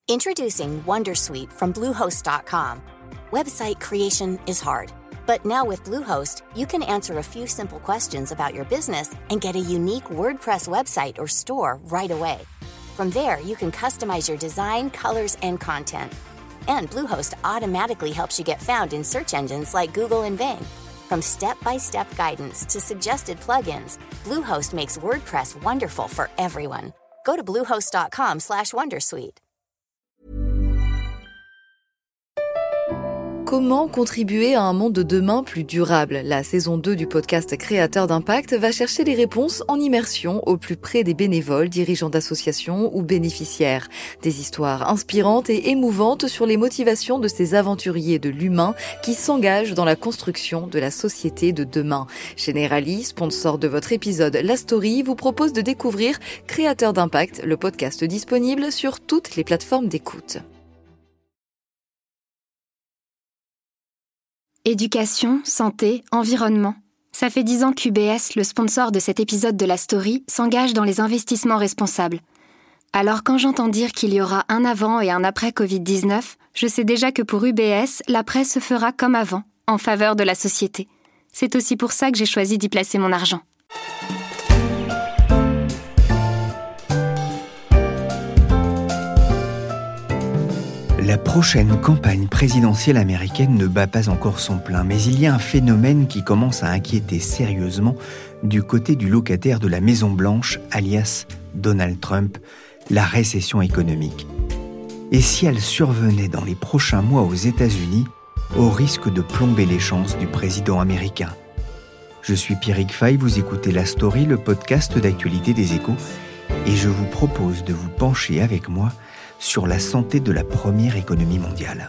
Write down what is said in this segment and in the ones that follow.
Introducing Wondersuite from Bluehost.com. Website creation is hard, but now with Bluehost, you can answer a few simple questions about your business and get a unique WordPress website or store right away. From there, you can customize your design, colors, and content. And Bluehost automatically helps you get found in search engines like Google and Bing. From step-by-step guidance to suggested plugins, Bluehost makes WordPress wonderful for everyone. Go to bluehost.com/wondersuite. Comment contribuer à un monde de demain plus durable ? La saison 2 du podcast Créateurs d'impact va chercher les réponses en immersion au plus près des bénévoles, dirigeants d'associations ou bénéficiaires. Des histoires inspirantes et émouvantes sur les motivations de ces aventuriers de l'humain qui s'engagent dans la construction de la société de demain. Generali, sponsor de votre épisode La Story, vous propose de découvrir Créateurs d'impact, le podcast disponible sur toutes les plateformes d'écoute. Éducation, santé, environnement. Ça fait 10 ans qu'UBS, le sponsor de cet épisode de La Story, s'engage dans les investissements responsables. Alors quand j'entends dire qu'il y aura un avant et un après Covid-19, je sais déjà que pour UBS, l'après se fera comme avant, en faveur de la société. C'est aussi pour ça que j'ai choisi d'y placer mon argent. La prochaine campagne présidentielle américaine ne bat pas encore son plein, mais il y a un phénomène qui commence à inquiéter sérieusement du côté du locataire de la Maison-Blanche, alias Donald Trump, la récession économique. Et si elle survenait dans les prochains mois aux États-Unis, au risque de plomber les chances du président américain. Je suis Pierrick Fay, vous écoutez La Story, le podcast d'actualité des Échos, et je vous propose de vous pencher avec moi sur la santé de la première économie mondiale.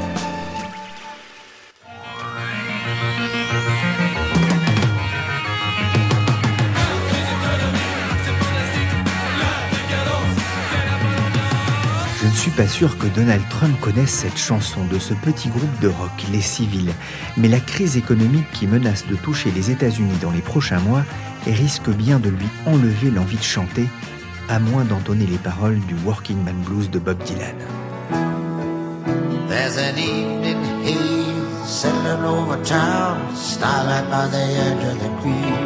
Je ne suis pas sûr que Donald Trump connaisse cette chanson de ce petit groupe de rock, les Civils, mais la crise économique qui menace de toucher les États-Unis dans les prochains mois risque bien de lui enlever l'envie de chanter, à moins d'entonner les paroles du Working Man Blues de Bob Dylan. There's an evening haze settling over town, starlight by the edge of the creek.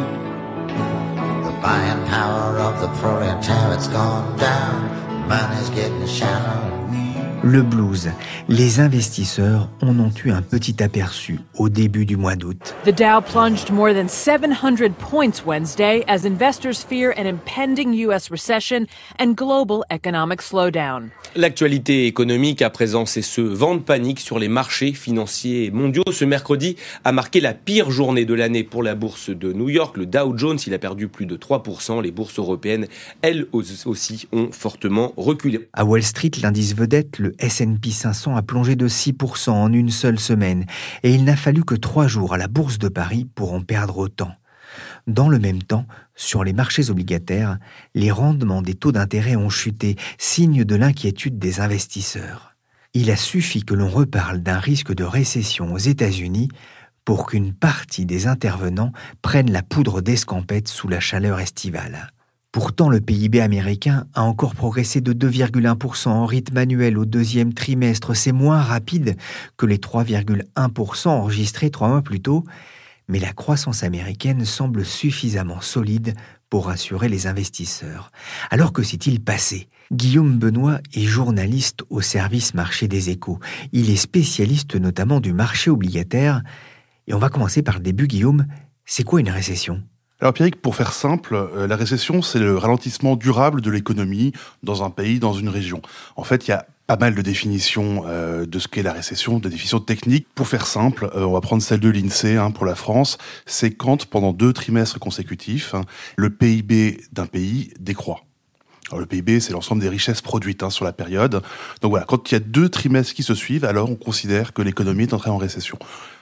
The buying power of the proletariat's gone down, money's getting shallow and weak. Le blues, les investisseurs en ont eu un petit aperçu au début du mois d'août. The Dow plunged more than 700 points Wednesday as investors fear an impending U.S. recession and global economic slowdown. L'actualité économique à présent, c'est ce vent de panique sur les marchés financiers mondiaux. Ce mercredi a marqué la pire journée de l'année pour la bourse de New York. Le Dow Jones, il a perdu plus de 3%. Les bourses européennes, elles aussi, ont fortement reculé. À Wall Street, l'indice vedette, le S&P 500, a plongé de 6% en une seule semaine. Et il n'a fallu que 3 jours à la bourse de Paris pour en perdre autant. Dans le même temps, sur les marchés obligataires, les rendements des taux d'intérêt ont chuté, signe de l'inquiétude des investisseurs. Il a suffi que l'on reparle d'un risque de récession aux États-Unis pour qu'une partie des intervenants prennent la poudre d'escampette sous la chaleur estivale. Pourtant, le PIB américain a encore progressé de 2,1% en rythme annuel au deuxième trimestre. C'est moins rapide que les 3,1% enregistrés 3 mois plus tôt, mais la croissance américaine semble suffisamment solide pour rassurer les investisseurs. Alors que s'est-il passé ? Guillaume Benoît est journaliste au service marché des Échos. Il est spécialiste notamment du marché obligataire. Et on va commencer par le début, Guillaume. C'est quoi une récession ? Alors Pierrick, pour faire simple, la récession, c'est le ralentissement durable de l'économie dans un pays, dans une région. En fait, il y a pas mal de définitions de ce qu'est la récession, de définitions techniques. Pour faire simple, on va prendre celle de l'INSEE pour la France. C'est quand, pendant 2 trimestres consécutifs, le PIB d'un pays décroît. Alors, le PIB, c'est l'ensemble des richesses produites sur la période. Donc voilà, quand il y a 2 trimestres qui se suivent, alors on considère que l'économie est entrée en récession.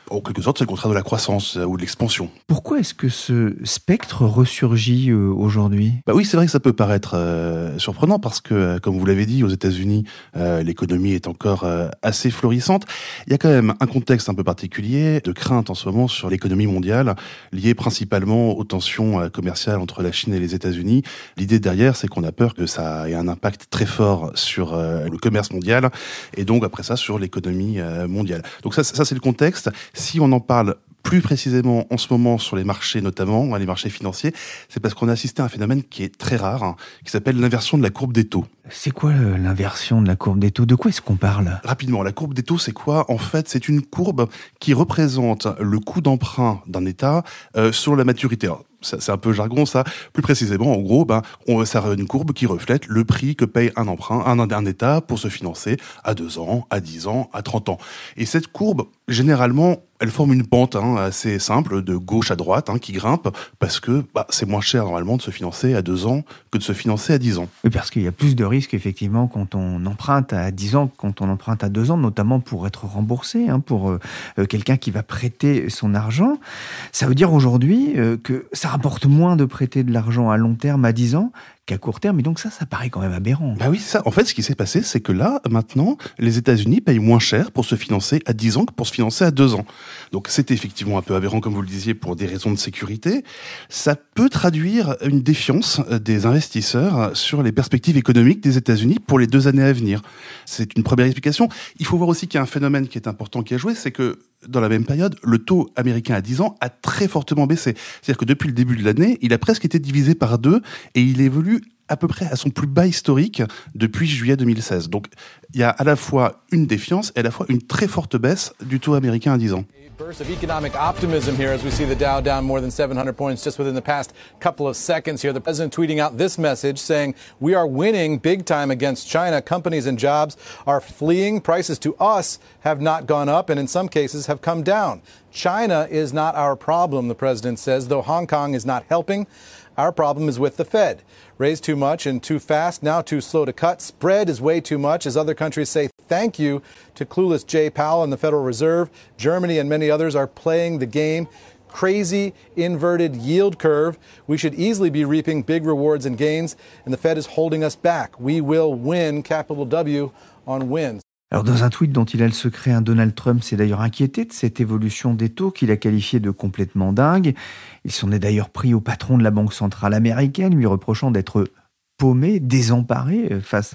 En quelque sorte, c'est le contraire de la croissance ou de l'expansion. Pourquoi est-ce que ce spectre ressurgit aujourd'hui ? Oui, c'est vrai que ça peut paraître surprenant parce que, comme vous l'avez dit, aux États-Unis, l'économie est encore assez florissante. Il y a quand même un contexte un peu particulier de crainte en ce moment sur l'économie mondiale, lié principalement aux tensions commerciales entre la Chine et les États-Unis. L'idée derrière, c'est qu'on a peur que ça ait un impact très fort sur le commerce mondial et donc après ça sur l'économie mondiale. Donc ça c'est le contexte. Si on en parle plus précisément en ce moment sur les marchés notamment, les marchés financiers, c'est parce qu'on a assisté à un phénomène qui est très rare, qui s'appelle l'inversion de la courbe des taux. C'est quoi l'inversion de la courbe des taux ? De quoi est-ce qu'on parle ? Rapidement, la courbe des taux, c'est quoi ? En fait, c'est une courbe qui représente le coût d'emprunt d'un État sur la maturité. Alors, c'est un peu jargon, ça. Plus précisément, en gros, ça a une courbe qui reflète le prix que paye un emprunt, un État pour se financer à 2 ans, à 10 ans, à 30 ans. Et cette courbe, généralement, elle forme une pente assez simple, de gauche à droite, qui grimpe, parce que c'est moins cher normalement de se financer à 2 ans que de se financer à 10 ans. Oui, parce qu'il y a plus de risques, effectivement, quand on emprunte à 10 ans, quand on emprunte à 2 ans, notamment pour être remboursé, pour quelqu'un qui va prêter son argent. Ça veut dire aujourd'hui que ça rapporte moins de prêter de l'argent à long terme, à 10 ans, qu'à court terme, et donc ça paraît quand même aberrant. Oui, c'est ça. En fait, ce qui s'est passé, c'est que là, maintenant, les États-Unis payent moins cher pour se financer à 10 ans que pour se financer à 2 ans. Donc c'est effectivement un peu aberrant, comme vous le disiez, pour des raisons de sécurité. Ça peut traduire une défiance des investisseurs sur les perspectives économiques des États-Unis pour les 2 années à venir. C'est une première explication. Il faut voir aussi qu'il y a un phénomène qui est important qui a joué, c'est que dans la même période, le taux américain à 10 ans a très fortement baissé. C'est-à-dire que depuis le début de l'année, il a presque été divisé par 2 et il évolue à peu près à son plus bas historique depuis juillet 2016. Donc il y a à la fois une défiance et à la fois une très forte baisse du taux américain à 10 ans. Burst of economic optimism here as we see the Dow down more than 700 points just within the past couple of seconds here. The president tweeting out this message saying, "We are winning big time against China. Companies and jobs are fleeing. Prices to us have not gone up and in some cases have come down. China is not our problem," the president says, though Hong Kong is not helping. Our problem is with the Fed. Raised too much and too fast, now too slow to cut. Spread is way too much as other countries say thank you to clueless Jay Powell and the Federal Reserve. Germany and many others are playing the game. Crazy inverted yield curve. We should easily be reaping big rewards and gains, and the Fed is holding us back. We will win, capital W, on wins. Alors dans un tweet dont il a le secret, Donald Trump s'est d'ailleurs inquiété de cette évolution des taux qu'il a qualifiée de complètement dingue. Il s'en est d'ailleurs pris au patron de la Banque centrale américaine, lui reprochant d'être paumé, désemparé face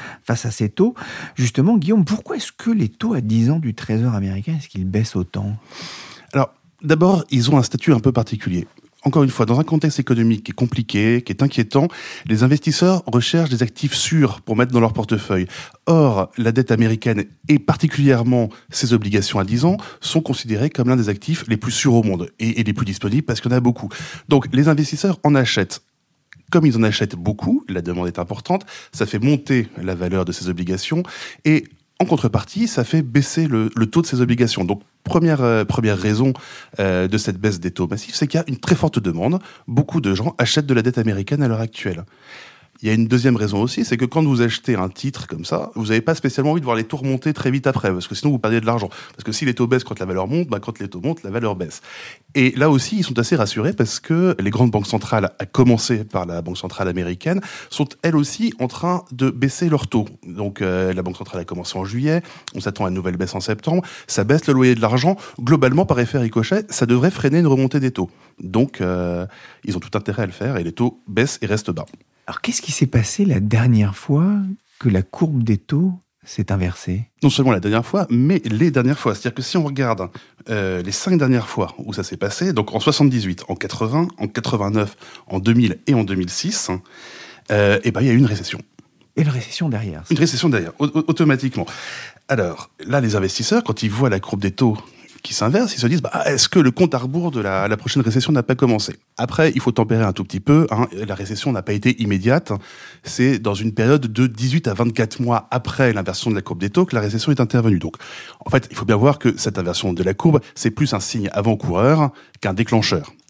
à ces taux. Justement, Guillaume, pourquoi est-ce que les taux à 10 ans du Trésor américain, est-ce qu'ils baissent autant ? Alors, d'abord, ils ont un statut un peu particulier. Encore une fois, dans un contexte économique qui est compliqué, qui est inquiétant, les investisseurs recherchent des actifs sûrs pour mettre dans leur portefeuille. Or, la dette américaine et particulièrement ses obligations à 10 ans sont considérées comme l'un des actifs les plus sûrs au monde et les plus disponibles parce qu'il y en a beaucoup. Donc, les investisseurs en achètent. Comme ils en achètent beaucoup, la demande est importante, ça fait monter la valeur de ces obligations et en contrepartie, ça fait baisser le taux de ces obligations. Donc, première raison de cette baisse des taux massifs, c'est qu'il y a une très forte demande. Beaucoup de gens achètent de la dette américaine à l'heure actuelle. Il y a une deuxième raison aussi, c'est que quand vous achetez un titre comme ça, vous n'avez pas spécialement envie de voir les taux remonter très vite après, parce que sinon vous perdez de l'argent. Parce que si les taux baissent quand la valeur monte, quand les taux montent, la valeur baisse. Et là aussi, ils sont assez rassurés parce que les grandes banques centrales, à commencer par la Banque centrale américaine, sont elles aussi en train de baisser leurs taux. Donc la Banque centrale a commencé en juillet, on s'attend à une nouvelle baisse en septembre, ça baisse le loyer de l'argent. Globalement, par effet ricochet, ça devrait freiner une remontée des taux. Donc ils ont tout intérêt à le faire et les taux baissent et restent bas. Alors, qu'est-ce qui s'est passé la dernière fois que la courbe des taux s'est inversée ? Non seulement la dernière fois, mais les dernières fois. C'est-à-dire que si on regarde les 5 dernières fois où ça s'est passé, donc en 78, en 80, en 89, en 2000 et en 2006, il y a eu une récession. Et une récession derrière. Une récession derrière, automatiquement. Alors, là, les investisseurs, quand ils voient la courbe des taux qui s'inverse, ils se disent est-ce que le compte à rebours de la prochaine récession n'a pas commencé ? Après, il faut tempérer un tout petit peu. La récession n'a pas été immédiate. C'est dans une période de 18 à 24 mois après l'inversion de la courbe des taux que la récession est intervenue. Donc, en fait, il faut bien voir que cette inversion de la courbe, c'est plus un signe avant-coureur qu'un déclencheur.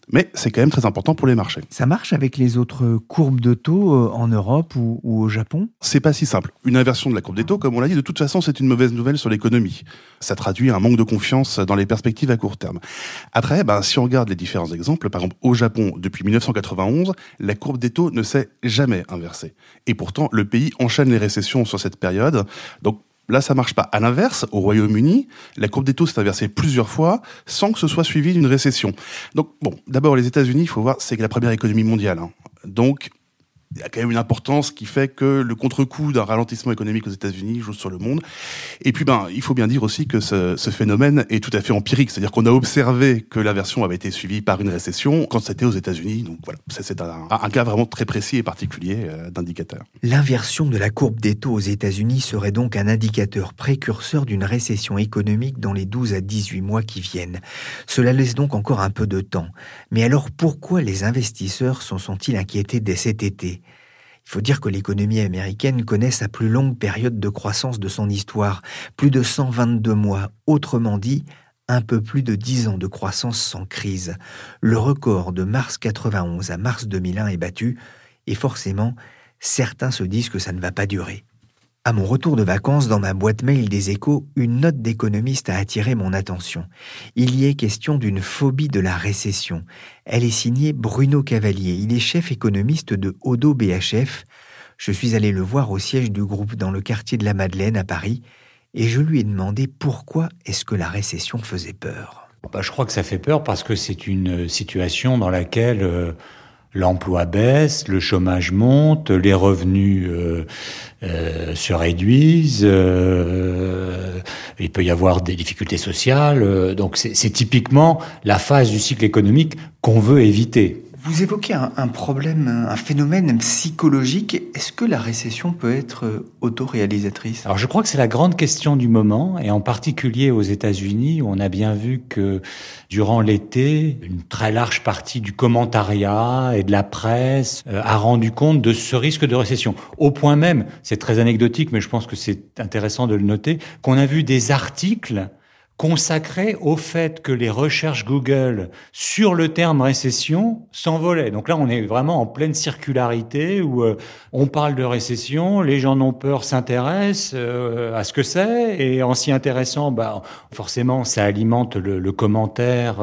Mais c'est quand même très important pour les marchés. Ça marche avec les autres courbes de taux en Europe ou au Japon ? C'est pas si simple. Une inversion de la courbe des taux, comme on l'a dit, de toute façon, c'est une mauvaise nouvelle sur l'économie. Ça traduit un manque de confiance dans les perspectives à court terme. Après, si on regarde les différents exemples, par exemple, au Japon, depuis 1991, la courbe des taux ne s'est jamais inversée. Et pourtant, le pays enchaîne les récessions sur cette période. Donc, là, ça marche pas. À l'inverse, au Royaume-Uni, la courbe des taux s'est inversée plusieurs fois sans que ce soit suivi d'une récession. Donc, d'abord, les États-Unis, il faut voir, c'est la première économie mondiale. Donc, il y a quand même une importance qui fait que le contre-coup d'un ralentissement économique aux États-Unis joue sur le monde. Et puis, il faut bien dire aussi que ce phénomène est tout à fait empirique. C'est-à-dire qu'on a observé que l'inversion avait été suivie par une récession quand c'était aux États-Unis. Donc voilà, c'est un cas vraiment très précis et particulier d'indicateur. L'inversion de la courbe des taux aux États-Unis serait donc un indicateur précurseur d'une récession économique dans les 12 à 18 mois qui viennent. Cela laisse donc encore un peu de temps. Mais alors pourquoi les investisseurs s'en sont-ils inquiétés dès cet été ? Il faut dire que l'économie américaine connaît sa plus longue période de croissance de son histoire, plus de 122 mois, autrement dit, un peu plus de 10 ans de croissance sans crise. Le record de mars 91 à mars 2001 est battu, et forcément, certains se disent que ça ne va pas durer. À mon retour de vacances, dans ma boîte mail des Échos, une note d'économiste a attiré mon attention. Il y est question d'une phobie de la récession. Elle est signée Bruno Cavalier. Il est chef économiste de Oddo BHF. Je suis allé le voir au siège du groupe dans le quartier de la Madeleine à Paris et je lui ai demandé pourquoi est-ce que la récession faisait peur. Je crois que ça fait peur parce que c'est une situation dans laquelle l'emploi baisse, le chômage monte, les revenus se réduisent, il peut y avoir des difficultés sociales. Donc c'est typiquement la phase du cycle économique qu'on veut éviter. Vous évoquez un problème, un phénomène psychologique. Est-ce que la récession peut être autoréalisatrice ? Alors je crois que c'est la grande question du moment, et en particulier aux États-Unis, où on a bien vu que durant l'été, une très large partie du commentariat et de la presse a rendu compte de ce risque de récession. Au point même, c'est très anecdotique, mais je pense que c'est intéressant de le noter, qu'on a vu des articles consacré au fait que les recherches Google sur le terme récession s'envolaient. Donc là, on est vraiment en pleine circularité où on parle de récession, les gens n'ont peur, s'intéressent à ce que c'est, et en s'y intéressant, forcément, ça alimente le commentaire.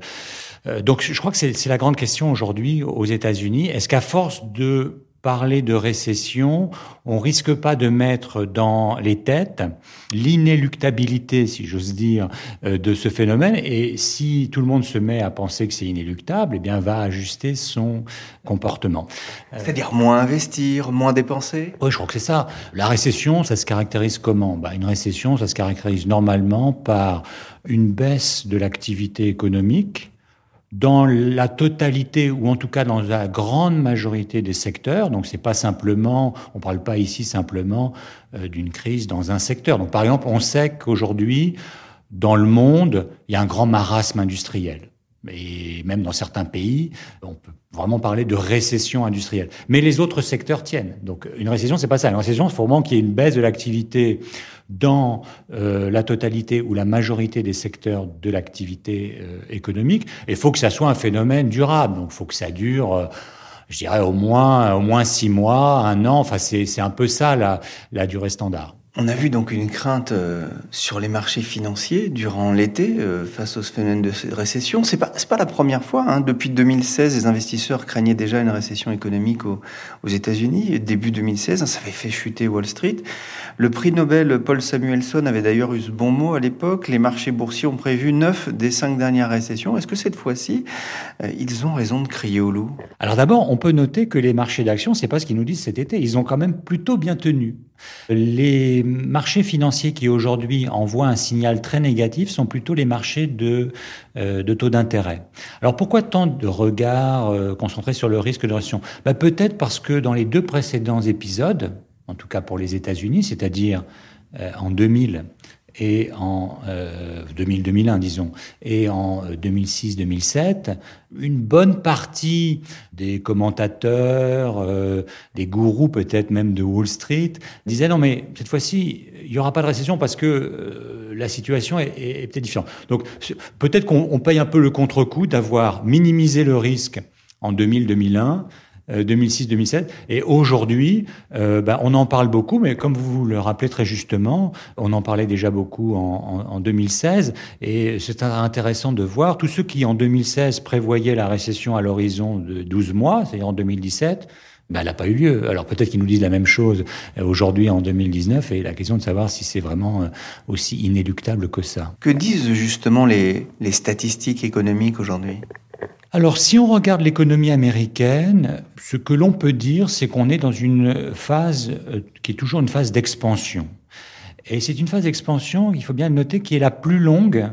Donc je crois que c'est la grande question aujourd'hui aux États-Unis. Est-ce qu'à force de parler de récession, on risque pas de mettre dans les têtes l'inéluctabilité, si j'ose dire, de ce phénomène, et si tout le monde se met à penser que c'est inéluctable, va ajuster son comportement. C'est-à-dire moins investir, moins dépenser ? Oui, je crois que c'est ça. La récession, ça se caractérise comment ? Une récession, ça se caractérise normalement par une baisse de l'activité économique, dans la totalité, ou en tout cas dans la grande majorité des secteurs. Donc c'est pas simplement, on parle pas ici simplement d'une crise dans un secteur. Donc par exemple, on sait qu'aujourd'hui, dans le monde, il y a un grand marasme industriel. Et même dans certains pays, on peut vraiment parler de récession industrielle. Mais les autres secteurs tiennent. Donc une récession, c'est pas ça. Une récession, il faut vraiment qu'il y ait une baisse de l'activité dans la totalité ou la majorité des secteurs de l'activité économique. Et il faut que ça soit un phénomène durable. Donc il faut que ça dure, je dirais, au moins 6 mois, 1 an. Enfin, c'est un peu ça la durée standard. On a vu donc une crainte sur les marchés financiers durant l'été face au phénomène de récession. C'est pas la première fois. Depuis 2016, les investisseurs craignaient déjà une récession économique aux États-Unis. Début 2016, ça avait fait chuter Wall Street. Le prix Nobel Paul Samuelson avait d'ailleurs eu ce bon mot à l'époque. Les marchés boursiers ont prévu 9 des 5 dernières récessions. Est-ce que cette fois-ci, ils ont raison de crier au loup ? Alors d'abord, on peut noter que les marchés d'actions, c'est pas ce qu'ils nous disent cet été. Ils ont quand même plutôt bien tenu. Les marchés financiers qui aujourd'hui envoient un signal très négatif sont plutôt les marchés de taux d'intérêt. Alors pourquoi tant de regards concentrés sur le risque de récession ? Peut-être parce que dans les 2 précédents épisodes, en tout cas pour les États-Unis, c'est-à-dire en 2000 et en 2001, disons, et en 2006-2007, une bonne partie des commentateurs, des gourous peut-être même de Wall Street, disaient non mais cette fois-ci, il n'y aura pas de récession parce que la situation est peut-être différente. Donc peut-être qu'on paye un peu le contre-coup d'avoir minimisé le risque en 2000, 2001, 2006, 2007. Et aujourd'hui, on en parle beaucoup, mais comme vous le rappelez très justement, on en parlait déjà beaucoup en 2016. Et c'est intéressant de voir tous ceux qui, en 2016, prévoyaient la récession à l'horizon de 12 mois, c'est-à-dire en 2017, elle n'a pas eu lieu. Alors peut-être qu'ils nous disent la même chose aujourd'hui en 2019, et la question de savoir si c'est vraiment aussi inéluctable que ça. Que disent justement les statistiques économiques aujourd'hui ? Alors, si on regarde l'économie américaine, ce que l'on peut dire, c'est qu'on est dans une phase qui est toujours une phase d'expansion. Et c'est une phase d'expansion, il faut bien noter, qui est la plus longue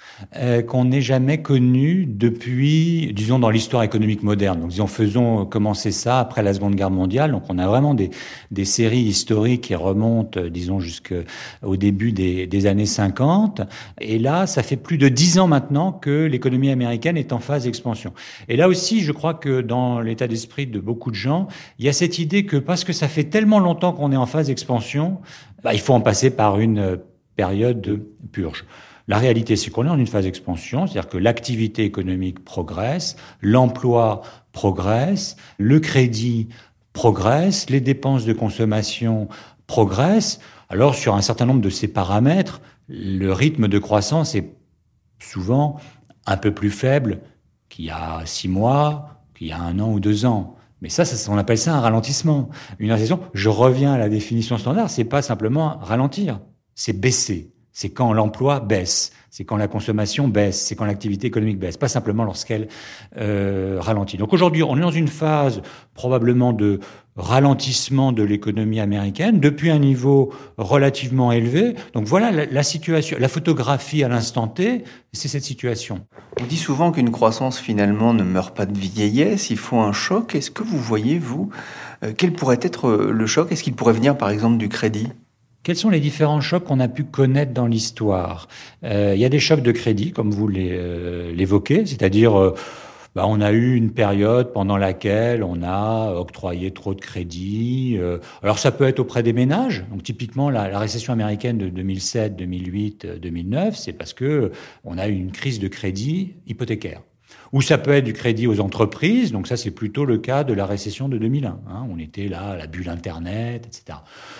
qu'on n'ait jamais connue depuis, disons, dans l'histoire économique moderne. Donc, disons, faisons commencer ça après la Seconde Guerre mondiale. Donc, on a vraiment des séries historiques qui remontent, disons, jusqu'au début des années 50. Et là, ça fait plus de 10 ans maintenant que l'économie américaine est en phase d'expansion. Et là aussi, je crois que dans l'état d'esprit de beaucoup de gens, il y a cette idée que parce que ça fait tellement longtemps qu'on est en phase d'expansion, il faut en passer par une période de purge. La réalité, c'est qu'on est en une phase d'expansion, c'est-à-dire que l'activité économique progresse, l'emploi progresse, le crédit progresse, les dépenses de consommation progressent. Alors, sur un certain nombre de ces paramètres, le rythme de croissance est souvent un peu plus faible qu'il y a 6 mois, qu'il y a 1 an ou 2 ans. Mais ça, on appelle ça un ralentissement. Une récession, je reviens à la définition standard, c'est pas simplement ralentir, c'est baisser. C'est quand l'emploi baisse, c'est quand la consommation baisse, c'est quand l'activité économique baisse, pas simplement lorsqu'elle ralentit. Donc aujourd'hui, on est dans une phase probablement de ralentissement de l'économie américaine depuis un niveau relativement élevé. Donc voilà la situation, la photographie à l'instant T, c'est cette situation. On dit souvent qu'une croissance finalement ne meurt pas de vieillesse, il faut un choc. Est-ce que vous voyez, vous, quel pourrait être le choc ? Est-ce qu'il pourrait venir par exemple du crédit ? Quels sont les différents chocs qu'on a pu connaître dans l'histoire ? Il y a des chocs de crédit, comme vous l'évoquez, c'est-à-dire on a eu une période pendant laquelle on a octroyé trop de crédit. Alors ça peut être auprès des ménages. Donc typiquement la récession américaine de 2007, 2008, 2009, c'est parce que on a eu une crise de crédit hypothécaire. Ou ça peut être du crédit aux entreprises. Donc ça c'est plutôt le cas de la récession de 2001. On était là, la bulle Internet, etc.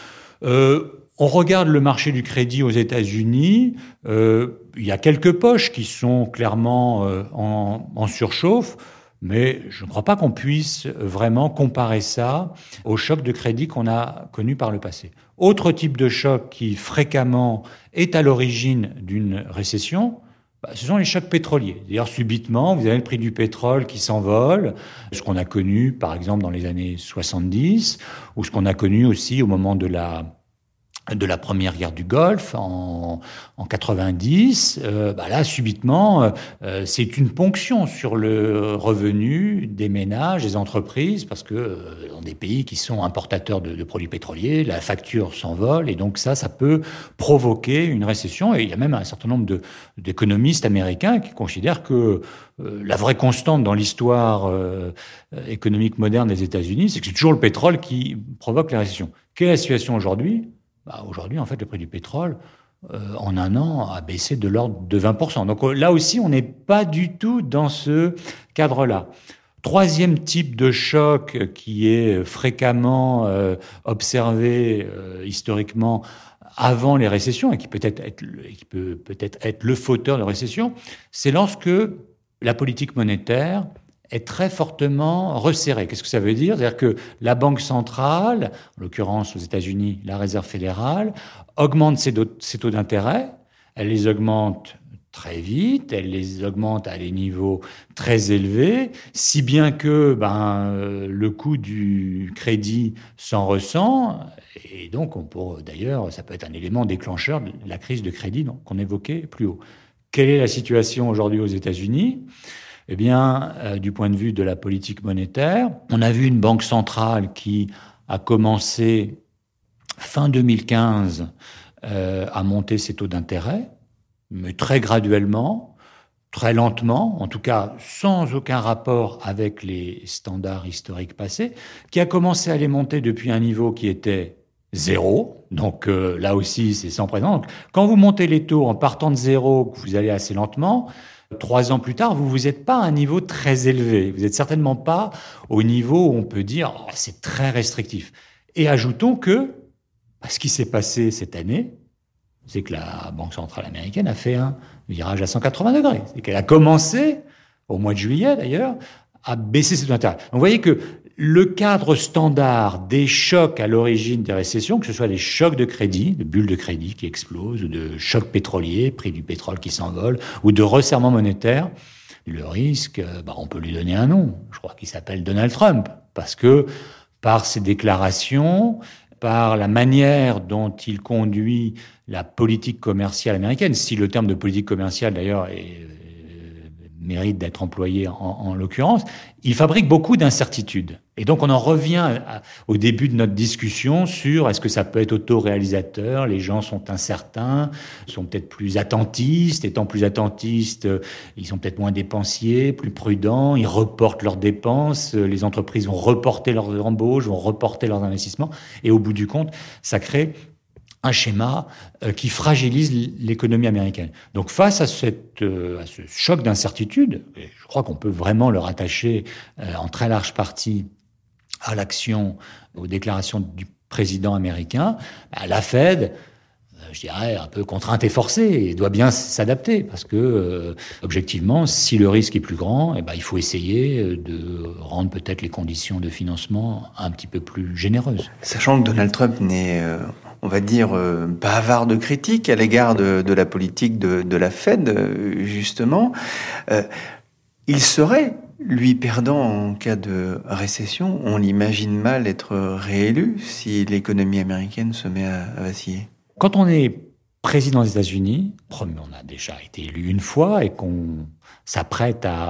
On regarde le marché du crédit aux États-Unis. Il y a quelques poches qui sont clairement en surchauffe, mais je ne crois pas qu'on puisse vraiment comparer ça au choc de crédit qu'on a connu par le passé. Autre type de choc qui fréquemment est à l'origine d'une récession, ce sont les chocs pétroliers. D'ailleurs, subitement, vous avez le prix du pétrole qui s'envole, ce qu'on a connu par exemple dans les années 70, ou ce qu'on a connu aussi au moment de la première guerre du Golfe en 90, là subitement c'est une ponction sur le revenu des ménages, des entreprises, parce que dans des pays qui sont importateurs de produits pétroliers, la facture s'envole et donc ça peut provoquer une récession. Et il y a même un certain nombre d'économistes américains qui considèrent que la vraie constante dans l'histoire économique moderne des États-Unis, c'est que c'est toujours le pétrole qui provoque la récession. Quelle est la situation aujourd'hui ? Aujourd'hui, en fait, le prix du pétrole, en 1 an, a baissé de l'ordre de 20%. Donc là aussi, on n'est pas du tout dans ce cadre-là. Troisième type de choc qui est fréquemment observé historiquement avant les récessions et qui peut peut-être être le fauteur de récession, c'est lorsque la politique monétaire est très fortement resserrée. Qu'est-ce que ça veut dire ? C'est-à-dire que la Banque centrale, en l'occurrence aux États-Unis, la Réserve fédérale, augmente ses taux d'intérêt. Elle les augmente très vite, elle les augmente à des niveaux très élevés, si bien que le coût du crédit s'en ressent. Et donc, d'ailleurs, ça peut être un élément déclencheur de la crise de crédit qu'on évoquait plus haut. Quelle est la situation aujourd'hui aux États-Unis ? Eh bien, du point de vue de la politique monétaire, on a vu une banque centrale qui a commencé fin 2015 à monter ses taux d'intérêt, mais très graduellement, très lentement, en tout cas sans aucun rapport avec les standards historiques passés, qui a commencé à les monter depuis un niveau qui était zéro. Donc là aussi, c'est sans précédent. Donc, quand vous montez les taux en partant de zéro, que vous allez assez lentement, 3 ans plus tard, vous n'êtes pas à un niveau très élevé. Vous n'êtes certainement pas au niveau où on peut dire « c'est très restrictif ». Et ajoutons que ce qui s'est passé cette année, c'est que la Banque centrale américaine a fait un virage à 180 degrés. C'est qu'elle a commencé, au mois de juillet d'ailleurs, à baisser ses taux d'intérêt. Donc, vous voyez que le cadre standard des chocs à l'origine des récessions, que ce soit des chocs de crédit, de bulles de crédit qui explosent, ou de chocs pétroliers, prix du pétrole qui s'envole, ou de resserrement monétaire, le risque, on peut lui donner un nom. Je crois qu'il s'appelle Donald Trump. Parce que, par ses déclarations, par la manière dont il conduit la politique commerciale américaine, si le terme de politique commerciale, d'ailleurs, mérite d'être employé en l'occurrence, il fabrique beaucoup d'incertitudes. Et donc on en revient au début de notre discussion sur est-ce que ça peut être autoréalisateur, les gens sont incertains, sont peut-être plus attentistes, étant plus attentistes, ils sont peut-être moins dépensiers, plus prudents, ils reportent leurs dépenses, les entreprises vont reporter leurs embauches, vont reporter leurs investissements, et au bout du compte, ça crée un schéma qui fragilise l'économie américaine. Donc face à ce choc d'incertitude, et je crois qu'on peut vraiment le rattacher en très large partie à l'action, aux déclarations du président américain, la Fed, je dirais, un peu contrainte et forcée, et doit bien s'adapter, parce que, objectivement, si le risque est plus grand, il faut essayer de rendre peut-être les conditions de financement un petit peu plus généreuses. Sachant que Donald Trump n'est, on va dire, pas avare de critiques à l'égard de la politique de la Fed, justement, il serait, lui, perdant en cas de récession. On l'imagine mal être réélu si l'économie américaine se met à vaciller. Quand on est président des États-Unis, on a déjà été élu une fois et qu'on s'apprête à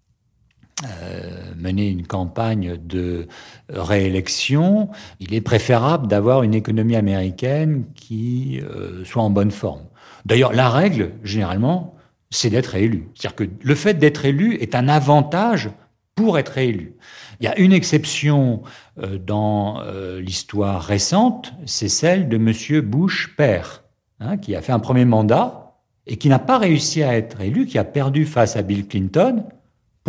mener une campagne de réélection, il est préférable d'avoir une économie américaine qui soit en bonne forme. D'ailleurs, la règle, généralement, c'est d'être élu. C'est-à-dire que le fait d'être élu est un avantage pour être élu. Il y a une exception dans l'histoire récente, c'est celle de M. Bush père, qui a fait un premier mandat et qui n'a pas réussi à être élu, qui a perdu face à Bill Clinton. Pourquoi ?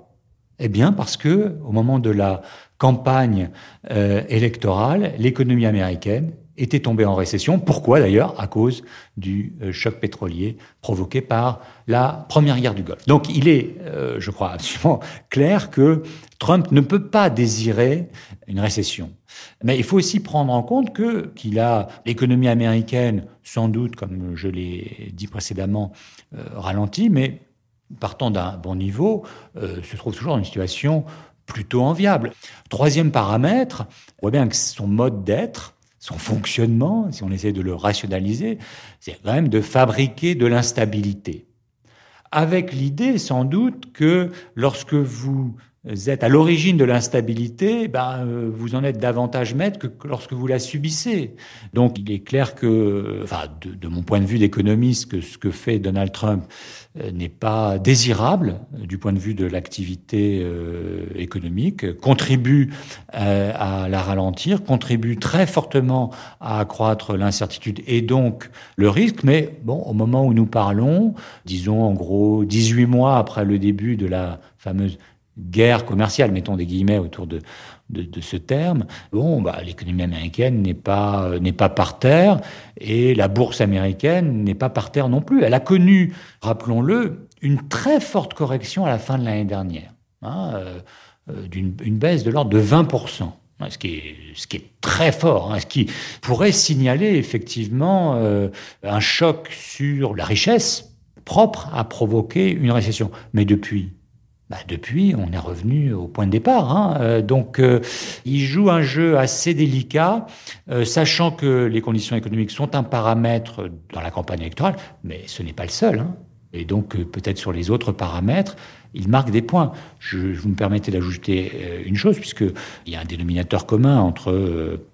Eh bien, parce que au moment de la campagne électorale, l'économie américaine était tombée en récession. Pourquoi d'ailleurs ? À cause du choc pétrolier provoqué par la première guerre du Golfe. Donc il est, je crois, absolument clair que Trump ne peut pas désirer une récession. Mais il faut aussi prendre en compte qu'il a l'économie américaine, sans doute, comme je l'ai dit précédemment, ralentie, mais partant d'un bon niveau, se trouve toujours dans une situation plutôt enviable. Troisième paramètre, on voit bien que son mode d'être, son fonctionnement, si on essaie de le rationaliser, c'est quand même de fabriquer de l'instabilité. Avec l'idée, sans doute, que lorsque vous êtes à l'origine de l'instabilité, vous en êtes davantage maître que lorsque vous la subissez. Donc, il est clair que, de mon point de vue d'économiste, que ce que fait Donald Trump n'est pas désirable du point de vue de l'activité économique, contribue à la ralentir, contribue très fortement à accroître l'incertitude et donc le risque. Mais au moment où nous parlons, disons en gros 18 mois après le début de la fameuse guerre commerciale, mettons des guillemets autour de ce terme, l'économie américaine n'est pas par terre et la bourse américaine n'est pas par terre non plus. Elle a connu, rappelons-le, une très forte correction à la fin de l'année dernière, une baisse de l'ordre de 20%. Ce qui est très fort, ce qui pourrait signaler effectivement un choc sur la richesse propre à provoquer une récession. Mais depuis, on est revenu au point de départ. Donc, il joue un jeu assez délicat, sachant que les conditions économiques sont un paramètre dans la campagne électorale, mais ce n'est pas le seul. Et donc, peut-être sur les autres paramètres, il marque des points. Vous me permettez d'ajouter une chose, puisqu'il y a un dénominateur commun entre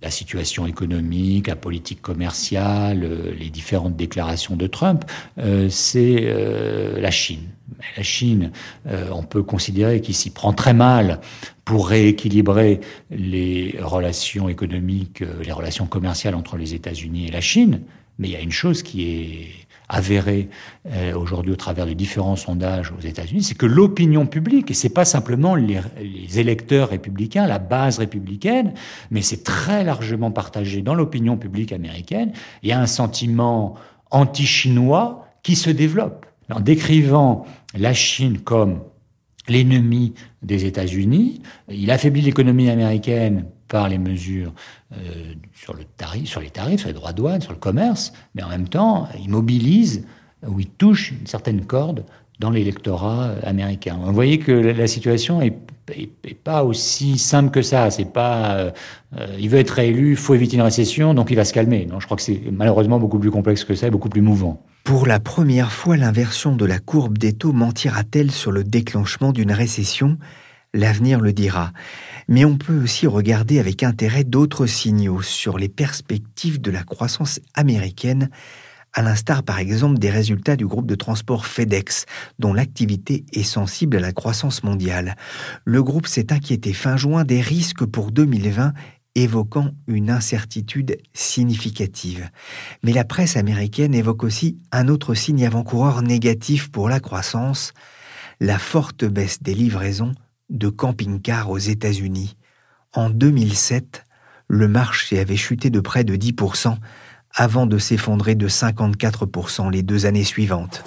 la situation économique, la politique commerciale, les différentes déclarations de Trump, c'est la Chine. La Chine, on peut considérer qu'il s'y prend très mal pour rééquilibrer les relations économiques, les relations commerciales entre les États-Unis et la Chine. Mais il y a une chose qui est avérée aujourd'hui au travers de différents sondages aux États-Unis, c'est que l'opinion publique, et c'est pas simplement les électeurs républicains, la base républicaine, mais c'est très largement partagé dans l'opinion publique américaine, il y a un sentiment anti-chinois qui se développe. En décrivant la Chine comme l'ennemi des États-Unis, il affaiblit l'économie américaine par les mesures sur les tarifs, sur les droits de douane, sur le commerce, mais en même temps, il mobilise ou il touche une certaine corde dans l'électorat américain. Vous voyez que la situation est pas aussi simple que ça. C'est pas il veut être réélu, il faut éviter une récession, donc il va se calmer. Non, je crois que c'est malheureusement beaucoup plus complexe que ça et beaucoup plus mouvant. Pour la première fois, l'inversion de la courbe des taux mentira-t-elle sur le déclenchement d'une récession ? L'avenir le dira. Mais on peut aussi regarder avec intérêt d'autres signaux sur les perspectives de la croissance américaine, à l'instar par exemple des résultats du groupe de transport FedEx, dont l'activité est sensible à la croissance mondiale. Le groupe s'est inquiété fin juin des risques pour 2020, évoquant une incertitude significative. Mais la presse américaine évoque aussi un autre signe avant-coureur négatif pour la croissance, la forte baisse des livraisons de camping-cars aux États-Unis. En 2007, le marché avait chuté de près de 10%, avant de s'effondrer de 54% les 2 années suivantes.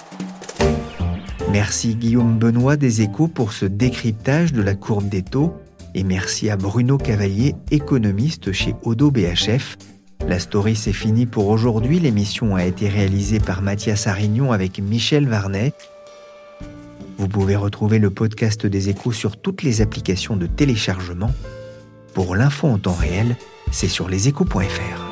Merci Guillaume Benoît des Échos pour ce décryptage de la courbe des taux, et merci à Bruno Cavalier, économiste chez Oddo BHF. La story, c'est fini pour aujourd'hui. L'émission a été réalisée par Mathias Arignon avec Michel Varnet. Vous pouvez retrouver le podcast des Échos sur toutes les applications de téléchargement. Pour l'info en temps réel, c'est sur leséchos.fr.